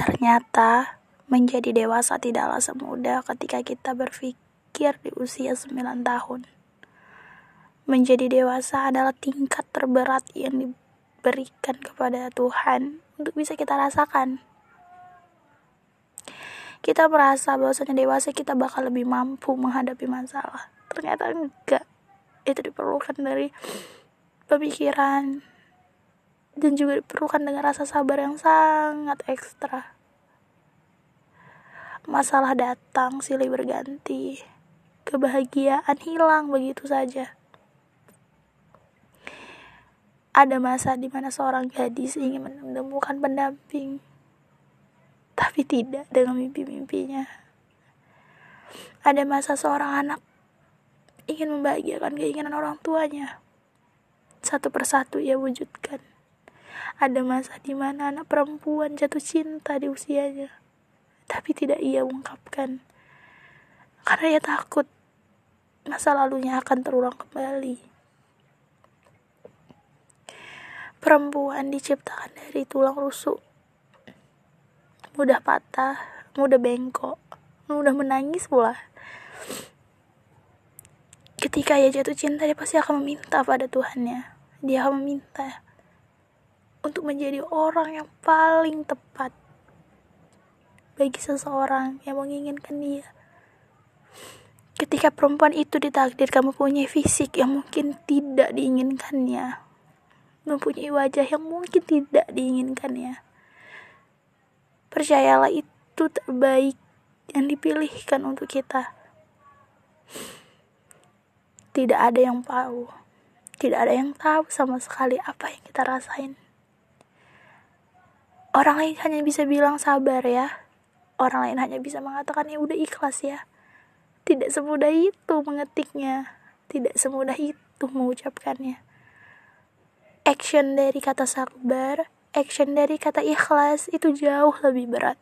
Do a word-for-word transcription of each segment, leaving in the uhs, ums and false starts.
Ternyata menjadi dewasa tidaklah semudah ketika kita berpikir di usia sembilan tahun. Menjadi dewasa adalah tingkat terberat yang diberikan kepada Tuhan untuk bisa kita rasakan. Kita merasa bahwasanya dewasa kita bakal lebih mampu menghadapi masalah. Ternyata enggak. Itu diperlukan dari pemikiran dan juga diperlukan dengan rasa sabar yang sangat ekstra. Masalah datang silih berganti, kebahagiaan hilang begitu saja. Ada masa di mana seorang gadis ingin menemukan pendamping, tapi tidak dengan mimpi-mimpinya. Ada masa seorang anak ingin membahagiakan keinginan orang tuanya, satu persatu ia wujudkan. Ada masa di mana anak perempuan jatuh cinta di usianya, tapi tidak ia ungkapkan, karena ia takut masa lalunya akan terulang kembali. Perempuan diciptakan dari tulang rusuk, mudah patah, mudah bengkok, mudah menangis pula. Ketika ia jatuh cinta, dia pasti akan meminta pada Tuhannya. Dia akan meminta untuk menjadi orang yang paling tepat bagi seseorang yang menginginkan dia. Ketika perempuan itu ditakdirkan mempunyai fisik yang mungkin tidak diinginkannya, mempunyai wajah yang mungkin tidak diinginkannya, percayalah itu terbaik yang dipilihkan untuk kita. Tidak ada yang tahu, tidak ada yang tahu sama sekali apa yang kita rasain. Orang lain hanya bisa bilang sabar ya. Orang lain hanya bisa mengatakan ya udah ikhlas ya. Tidak semudah itu mengetiknya, tidak semudah itu mengucapkannya. Action dari kata sabar, action dari kata ikhlas itu jauh lebih berat.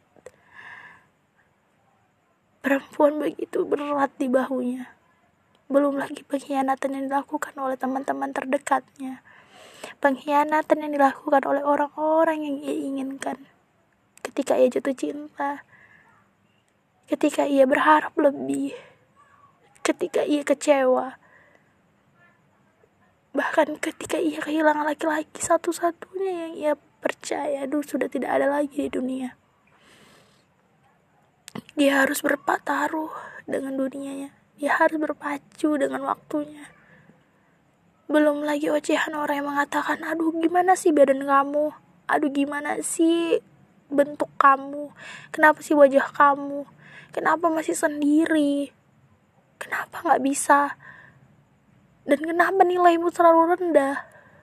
Perempuan begitu berat di bahunya. Belum lagi pengkhianatan yang dilakukan oleh teman-teman terdekatnya. Pengkhianatan yang dilakukan oleh orang-orang yang ia inginkan. Ketika ia jatuh cinta, ketika ia berharap lebih, ketika ia kecewa, bahkan ketika ia kehilangan laki-laki satu-satunya yang ia percaya dulu sudah tidak ada lagi di dunia. Dia harus bertaruh dengan dunianya. Dia harus berpacu dengan waktunya. Belum lagi ocehan orang yang mengatakan, aduh gimana sih badan kamu? Aduh gimana sih bentuk kamu? Kenapa sih wajah kamu? Kenapa masih sendiri? Kenapa gak bisa? Dan kenapa nilaimu terlalu rendah?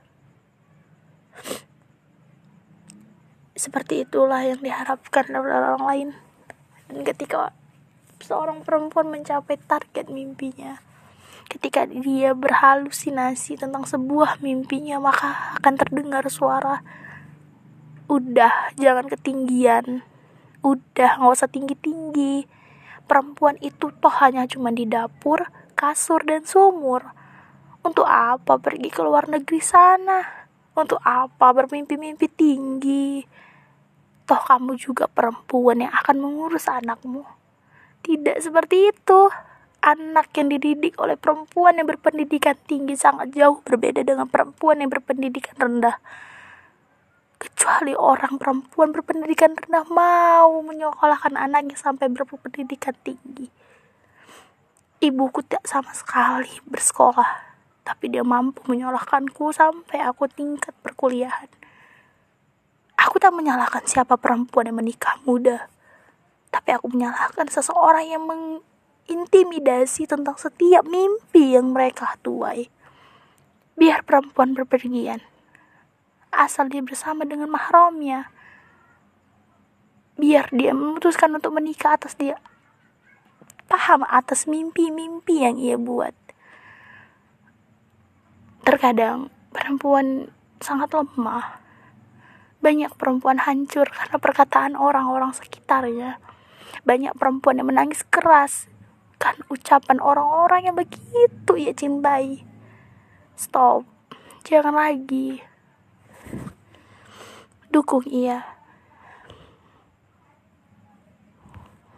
Seperti itulah yang diharapkan oleh orang lain. Dan ketika seorang perempuan mencapai target mimpinya, ketika dia berhalusinasi tentang sebuah mimpinya, maka akan terdengar suara, udah jangan ketinggian, udah gak usah tinggi-tinggi. Perempuan itu toh hanya cuma di dapur, kasur, dan sumur. Untuk apa pergi ke luar negeri sana? Untuk apa bermimpi-mimpi tinggi? Toh kamu juga perempuan yang akan mengurus anakmu. Tidak seperti itu. Anak yang dididik oleh perempuan yang berpendidikan tinggi sangat jauh berbeda dengan perempuan yang berpendidikan rendah. Kecuali orang perempuan berpendidikan rendah mau menyekolahkan anaknya sampai berpendidikan tinggi. Ibuku tidak sama sekali bersekolah, tapi dia mampu menyekolahkanku sampai aku tingkat perkuliahan. Aku tak menyalahkan siapa perempuan yang menikah muda, tapi aku menyalahkan seseorang yang mengintimidasi tentang setiap mimpi yang mereka tuai. Biar perempuan berpergian, asal dia bersama dengan mahramnya. Biar dia memutuskan untuk menikah atas dia paham atas mimpi-mimpi yang ia buat. Terkadang perempuan sangat lemah. Banyak perempuan hancur karena perkataan orang-orang sekitarnya. Banyak perempuan yang menangis keras karena ucapan orang-orang yang begitu ia cintai. Stop, jangan lagi. Dukung ia.